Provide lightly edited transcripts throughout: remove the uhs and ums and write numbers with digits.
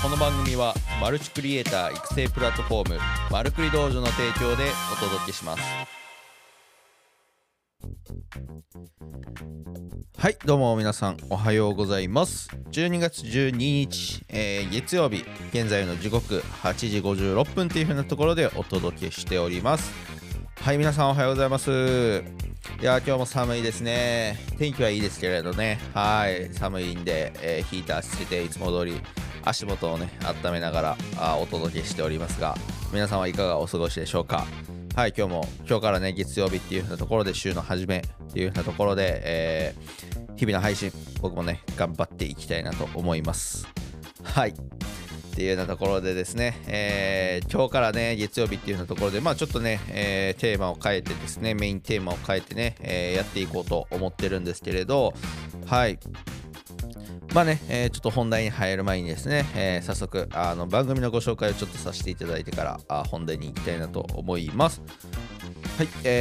この番組はマルチクリエイター育成プラットフォームマルクリ道場の提供でお届けします。はい、どうも皆さんおはようございます。12月12日、月曜日、現在の時刻8時56分という風なところでお届けしております。はい、皆さんおはようございます。いや今日も寒いですね。天気はいいですけれどね、はい寒いんで、ヒーターつけていつも通り足元をね温めながらお届けしておりますが、皆さんはいかがお過ごしでしょうか。はい、今日からね月曜日っていう風なところで、週の初めっていう風なところで、日々の配信僕もね頑張っていきたいなと思います。はいっていうようなところでですね、今日からね月曜日っていうようなところでちょっとね、テーマを変えてですね、メインテーマを変えてね、やっていこうと思ってるんですけれど、はいちょっと本題に入る前にですね、早速番組のご紹介をちょっとさせていただいてから本題に行きたいなと思います。はい、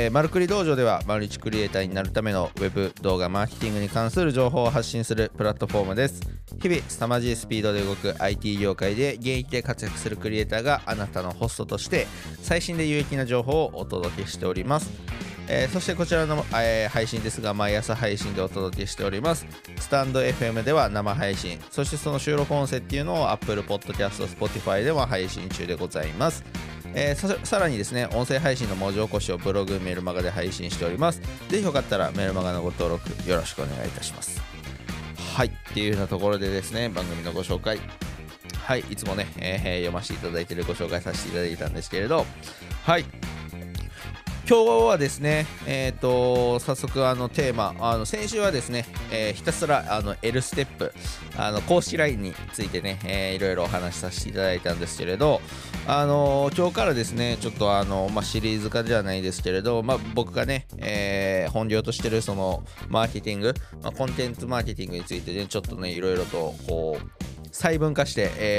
マルクリ道場ではマルチクリエイターになるためのウェブ動画マーケティングに関する情報を発信するプラットフォームです。日々凄まじいスピードで動く IT 業界で現役で活躍するクリエイターがあなたのホストとして最新で有益な情報をお届けしております。そしてこちらの、配信ですが毎朝配信でお届けしております。スタンド FM では生配信、そしてその収録音声っていうのを Apple Podcast、Spotify でも配信中でございます。さらにですね、音声配信の文字起こしをブログ、メルマガで配信しております。ぜひよかったらメルマガのご登録よろしくお願いいたします。はいっていうようなところでですね、番組のご紹介、はいいつもね、読ませていただいているご紹介させていただいたんですけれど、はい今日はですね、早速テーマ、先週はですね、ひたすらL ステップ公式 LINE についてね、いろいろお話しさせていただいたんですけれど、今日からですねちょっとシリーズ化ではないですけれど、僕がね、本業としてるそのマーケティング、コンテンツマーケティングについてねちょっとねいろいろとこう細分化して、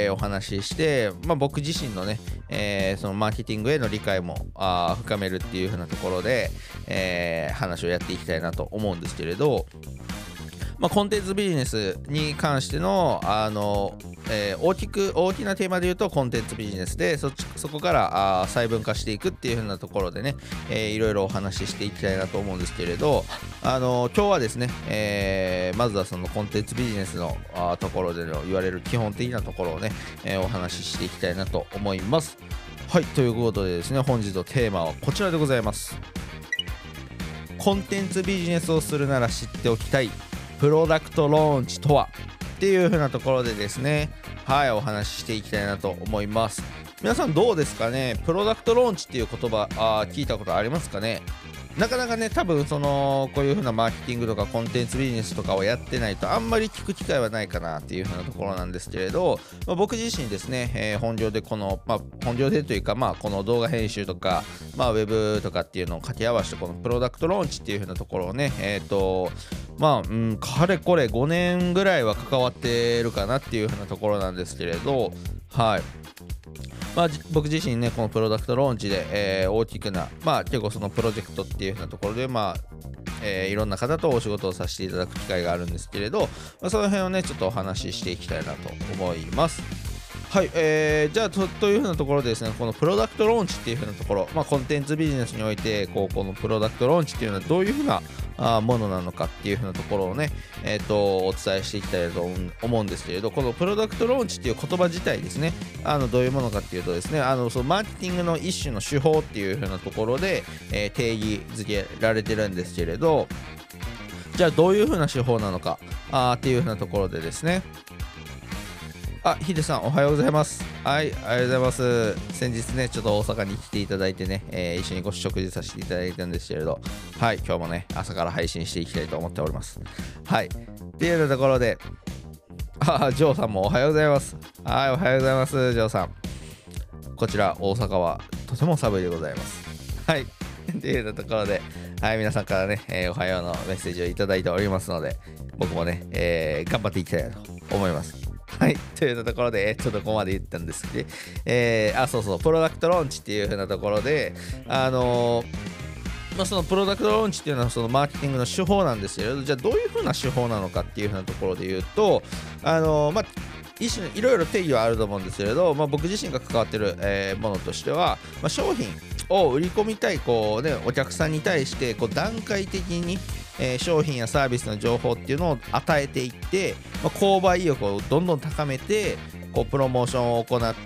お話しして、僕自身のね、そのマーケティングへの理解も深めるっていう風なところで、話をやっていきたいなと思うんですけれど、コンテンツビジネスに関しての、大きなテーマで言うとコンテンツビジネスで、そこから細分化していくっていう風なところでね、いろいろお話ししていきたいなと思うんですけれど、今日はですね、まずはそのコンテンツビジネスのところでの言われる基本的なところをね、お話ししていきたいなと思います。はいということでですね、本日のテーマはこちらでございます。コンテンツビジネスをするなら知っておきたいプロダクトローンチとはっていう風なところでですね、はいお話ししていきたいなと思います。皆さんどうですかね、プロダクトローンチっていう言葉聞いたことありますかね。なかなかね多分こういう風なマーケティングとかコンテンツビジネスとかをやってないとあんまり聞く機会はないかなっていう風なところなんですけれど、僕自身ですね、本業で本業でというかこの動画編集とかウェブとかっていうのを掛け合わせてこのプロダクトローンチっていう風なところをねかれこれ5年ぐらいは関わってるかなっていう風なところなんですけれど、はい僕自身ねこのプロダクトローンチで、大きくな結構そのプロジェクトっていう風なところでいろんな方とお仕事をさせていただく機会があるんですけれど、その辺をねちょっとお話ししていきたいなと思います。はい、じゃあという風なところでですね、このプロダクトローンチっていう風なところ、コンテンツビジネスにおいてこのプロダクトローンチっていうのはどういう風なものなのかっていう風なところをね、お伝えしていきたいと思うんですけれど、このプロダクトローンチっていう言葉自体ですね、どういうものかっていうとですね、そのマーケティングの一種の手法っていう風なところで、定義づけられてるんですけれど、じゃあどういう風な手法なのかっていう風なところでですね、ヒデさんおはようございます。はい、ありがとうございます。先日ねちょっと大阪に来ていただいてね、一緒にご食事させていただいたんですけれど、はい今日もね朝から配信していきたいと思っております。はいっていうようなところで、ジョーさんもおはようございます。はいおはようございます。ジョーさん、こちら大阪はとても寒いでございます。はいっていうようなところで、はい皆さんからね、おはようのメッセージをいただいておりますので、僕もね、頑張っていきたいなと思います。はいというようなところで、ちょっとここまで言ったんですけど、そうプロダクトローンチっていう風なところで、そのプロダクトローンチっていうのはそのマーケティングの手法なんですけど、じゃあどういう風な手法なのかっていう風なところで言うと、 一種いろいろ定義はあると思うんですけれど、僕自身が関わってる、ものとしては、商品を売り込みたいお客さんに対して段階的に、商品やサービスの情報っていうのを与えていって、購買意欲をどんどん高めてプロモーションを行って、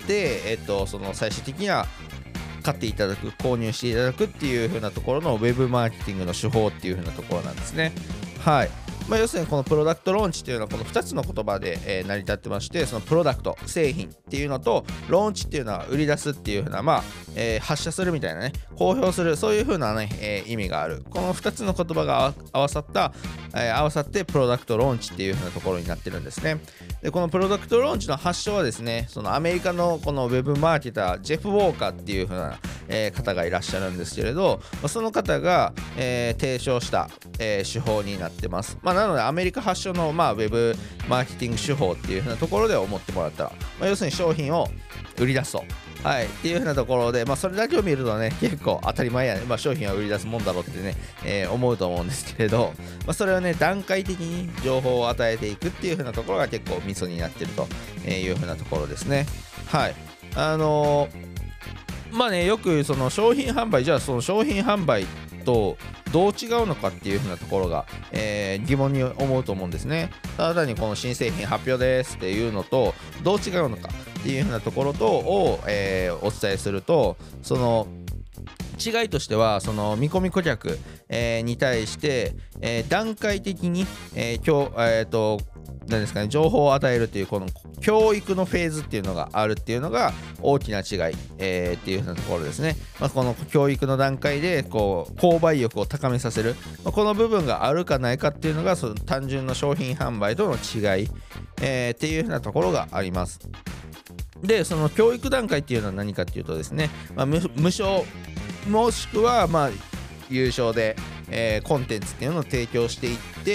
その最終的には買っていただく、購入していただくっていう風なところのウェブマーケティングの手法っていう風なところなんですね。はい。要するにこのプロダクトローンチっていうのはこの2つの言葉で、成り立ってまして、そのプロダクト製品っていうのとローンチっていうのは売り出すっていう風な発射するみたいなね、公表する、そういう風なね、意味がある。この2つの言葉が合わさってプロダクトローンチっていう風なところになってるんですね。でこのプロダクトローンチの発祥はですね、そのアメリカのこのウェブマーケタージェフ・ウォーカーっていう風な方がいらっしゃるんですけれど、その方が提唱した手法になってます。なのでアメリカ発祥のウェブマーケティング手法っていう風なところで思ってもらったら、要するに商品を売り出すと。はい、っていう風なところで、それだけを見るとね、結構当たり前やね、商品は売り出すもんだろうってね、思うと思うんですけれど、それをね、段階的に情報を与えていくっていう風なところが結構ミソになってるという風なところですね。はい。よくその商品販売、じゃあその商品販売とどう違うのかっていう風なところが、疑問に思うと思うんですね。ただ単にこの新製品発表ですっていうのとどう違うのかっていう風なところを、お伝えすると、その違いとしては、その見込み顧客、に対して、段階的に、何ですかね、情報を与えるというこの教育のフェーズっていうのがあるっていうのが大きな違い、っていう風なところですね。この教育の段階で購買意欲を高めさせる、この部分があるかないかっていうのがその単純な商品販売との違い、っていう風なところがあります。でその教育段階っていうのは何かっていうとですね、無償もしくは有償で、コンテンツっていうのを提供していって、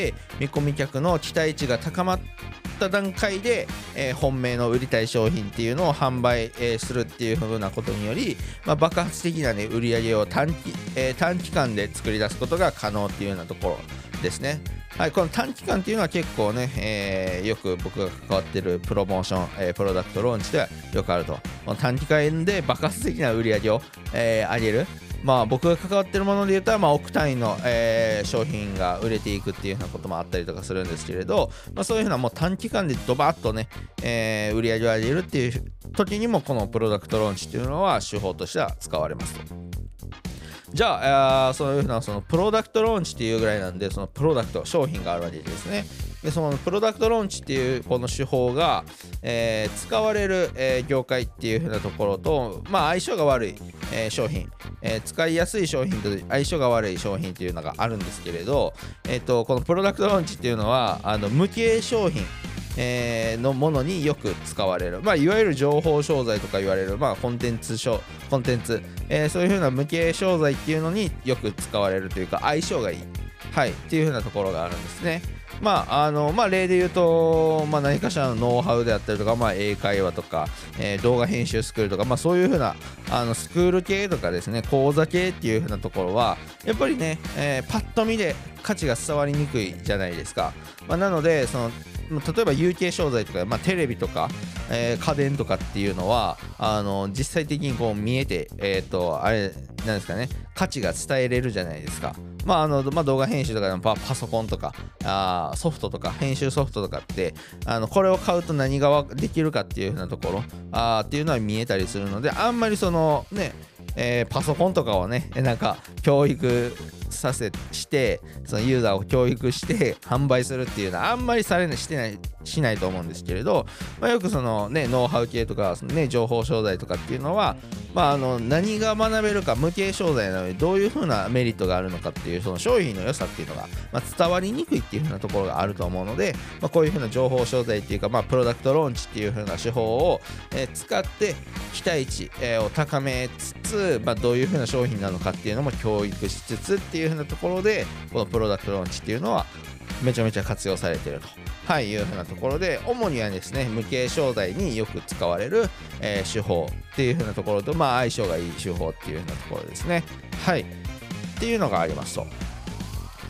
見込み客の期待値が高まった段階で、本命の売りたい商品っていうのを販売、するっていう風なことにより、爆発的な、売り上げを短期間で作り出すことが可能っていうようなところですね。はい、この短期間っていうのは結構ね、よく僕が関わってるプロモーション、プロダクトローンチではよくあると。この短期間で爆発的な売り上げを、上げる。僕が関わってるもので言ったら、億単位の、商品が売れていくっていうようなこともあったりとかするんですけれど、そういうふうなもう短期間でドバッとね、売り上げを上げるっていう時にもこのプロダクトローンチっていうのは手法としては使われますと。じゃあ、そういうふうなそのプロダクトローンチっていうぐらいなんで、そのプロダクト商品があるわけですね。でそのプロダクトローンチっていうこの手法が、使われる、業界っていう風なところと、相性が悪い、商品、使いやすい商品と相性が悪い商品っていうのがあるんですけれど、このプロダクトローンチっていうのは無形商品のものによく使われる、いわゆる情報商材とか言われる、コンテンツ、そういう風な無形商材っていうのによく使われるというか相性がいい、はい、っていう風なところがあるんですね。例で言うと、何かしらのノウハウであったりとか、英会話とか、動画編集スクールとか、そういう風なスクール系とかですね、講座系っていう風なところはやっぱりね、パッと見で価値が伝わりにくいじゃないですか。なのでその例えば有形商材とか、テレビとか、家電とかっていうのは実際的に見えて、あれなんですかね、価値が伝えれるじゃないですか。動画編集とかでもパソコンとかソフトとか編集ソフトとかってこれを買うと何ができるかっていう風なところっていうのは見えたりするので、あんまりそのねパソコンとかをねなんか教育してそのユーザーを教育して販売するっていうのはあんまりしないと思うんですけれど、よくそのねノウハウ系とかね情報商材とかっていうのは何が学べるか、無形商材なのでどういう風なメリットがあるのかっていうその商品の良さっていうのが伝わりにくいっていう風なところがあると思うので、こういう風な情報商材っていうかプロダクトローンチっていう風な手法を使って期待値を高めつつ、どういう風な商品なのかっていうのも教育しつつっていう風なところで、このプロダクトローンチっていうのはめちゃめちゃ活用されていると、いう風なところで、主にはですね無形商材によく使われる、手法っていう風なところと、相性がいい手法っていう風なところですね。はいっていうのがありますと。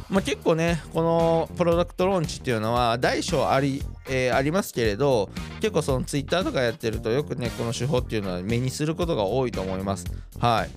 結構ねこのプロダクトローンチっていうのは大小ありますけれど、結構そのツイッターとかやってるとよくねこの手法っていうのは目にすることが多いと思います。はい、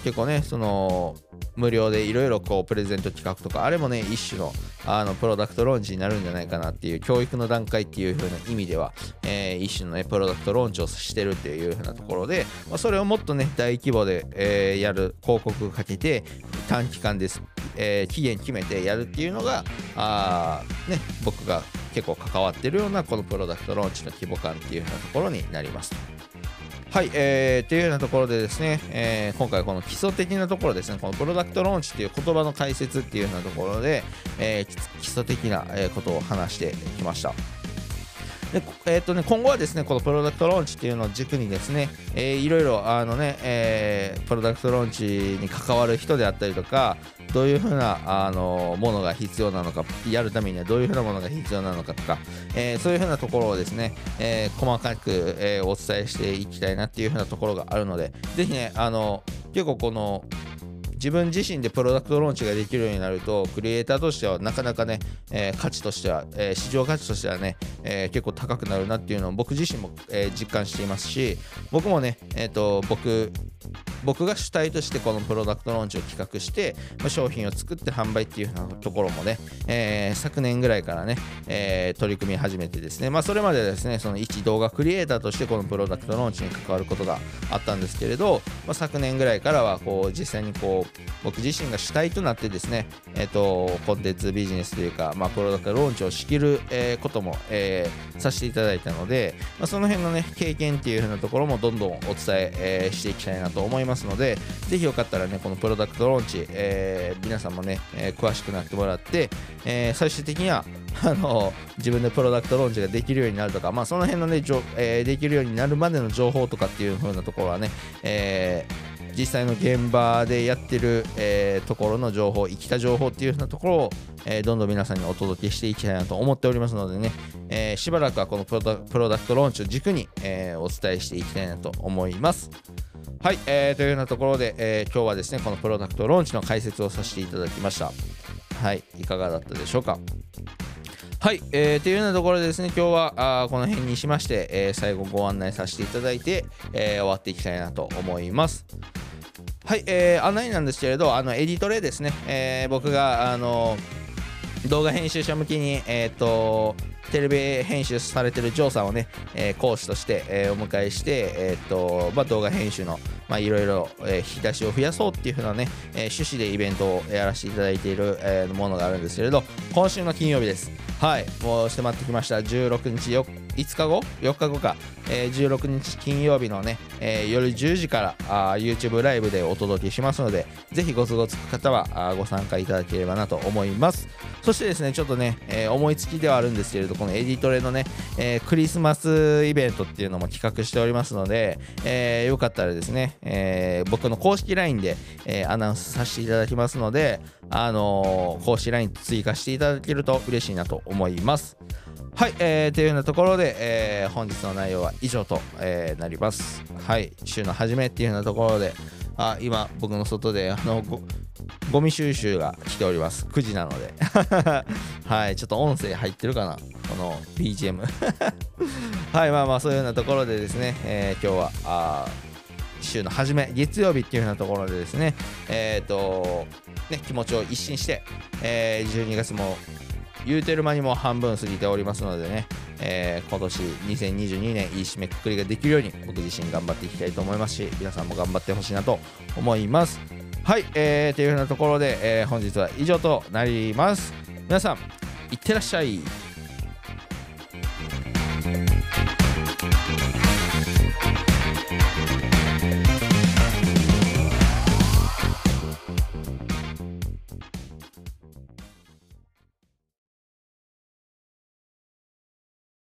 結構ねその無料でいろいろこうプレゼント企画とか、あれもね一種のプロダクトローンチになるんじゃないかなっていう、教育の段階っていう風な意味では、一種のねプロダクトローンチをしてるっていう風なところで、それをもっとね大規模で、やる、広告かけて短期間です、期限決めてやるっていうのが僕が結構関わってるようなこのプロダクトローンチの規模感っていう風なところになります。はい、というようなところでですね、今回この基礎的なところですね、このプロダクトローンチっていう言葉の解説っていうようなところで、基礎的なことを話してきました。で今後はですねこのプロダクトローンチっていうのを軸にですね、いろいろプロダクトローンチに関わる人であったりとか、どういうふうなものが必要なのか、やるためにはどういうふうなものが必要なのかとか、そういうふうなところをですね、細かく、お伝えしていきたいなっていうふうなところがあるので、ぜひね結構この自分自身でプロダクトローンチができるようになると、クリエイターとしてはなかなかね、価値としては、市場価値としてはね、結構高くなるなっていうのを僕自身も、実感していますし、僕もね、僕が主体としてこのプロダクトローンチを企画して、商品を作って販売っていうようなところもね、昨年ぐらいからね、取り組み始めてですね、それまでですねその一動画クリエイターとしてこのプロダクトローンチに関わることがあったんですけれど、昨年ぐらいからはこう実際にこう僕自身が主体となってですね、コンテンツビジネスというか、プロダクトローンチを仕切る、ことも、させていただいたので、その辺のね経験っていう風なところもどんどんお伝え、していきたいなと思いますので、ぜひよかったらねこのプロダクトローンチ、皆さんもね、詳しくなってもらって、最終的には自分でプロダクトローンチができるようになるとか、その辺のね、できるようになるまでの情報とかっていう風なところはね、実際の現場でやってる、ところの情報、生きた情報っていう風なところを、どんどん皆さんにお届けしていきたいなと思っておりますのでね、しばらくはこのプロダクトローンチを軸に、お伝えしていきたいなと思います。はい、というようなところで、今日はですねこのプロダクトローンチの解説をさせていただきました。はい、いかがだったでしょうか。はい、というようなところでですね、今日はこの辺にしまして、最後ご案内させていただいて、終わっていきたいなと思います。はい、案内なんですけれど、エディトレですね、僕が動画編集者向けにテレビ編集されてるジョーさんをね、講師として、お迎えして、動画編集のいろいろ引き出しを増やそうっていう風なね、趣旨でイベントをやらせていただいている、ものがあるんですけれど、今週の金曜日です。はい、もう迫ってきました。16日5日後4日後か、16日金曜日のね、夜10時からYouTube ライブでお届けしますので、ぜひご都合つく方はご参加いただければなと思います。そしてですねちょっとね、思いつきではあるんですけれど、このエディトレのね、クリスマスイベントっていうのも企画しておりますので、よかったらですね、僕の公式 LINE で、アナウンスさせていただきますので、公式 LINE 追加していただけると嬉しいなと思います。はい、というようなところで、本日の内容は以上と、なります。はい、週の初めっていうようなところで、今僕の外でゴミ収集が来ております。9時なのではい、ちょっと音声入ってるかなこの BGM はい、そういうようなところでですね、今日は週の初め月曜日っていうようなところでですね気持ちを一新して、12月も言うてる間にも半分過ぎておりますのでね、今年2022年いい締めくくりができるように僕自身頑張っていきたいと思いますし、皆さんも頑張ってほしいなと思います。はい、というようなところで、本日は以上となります。皆さんいってらっしゃい。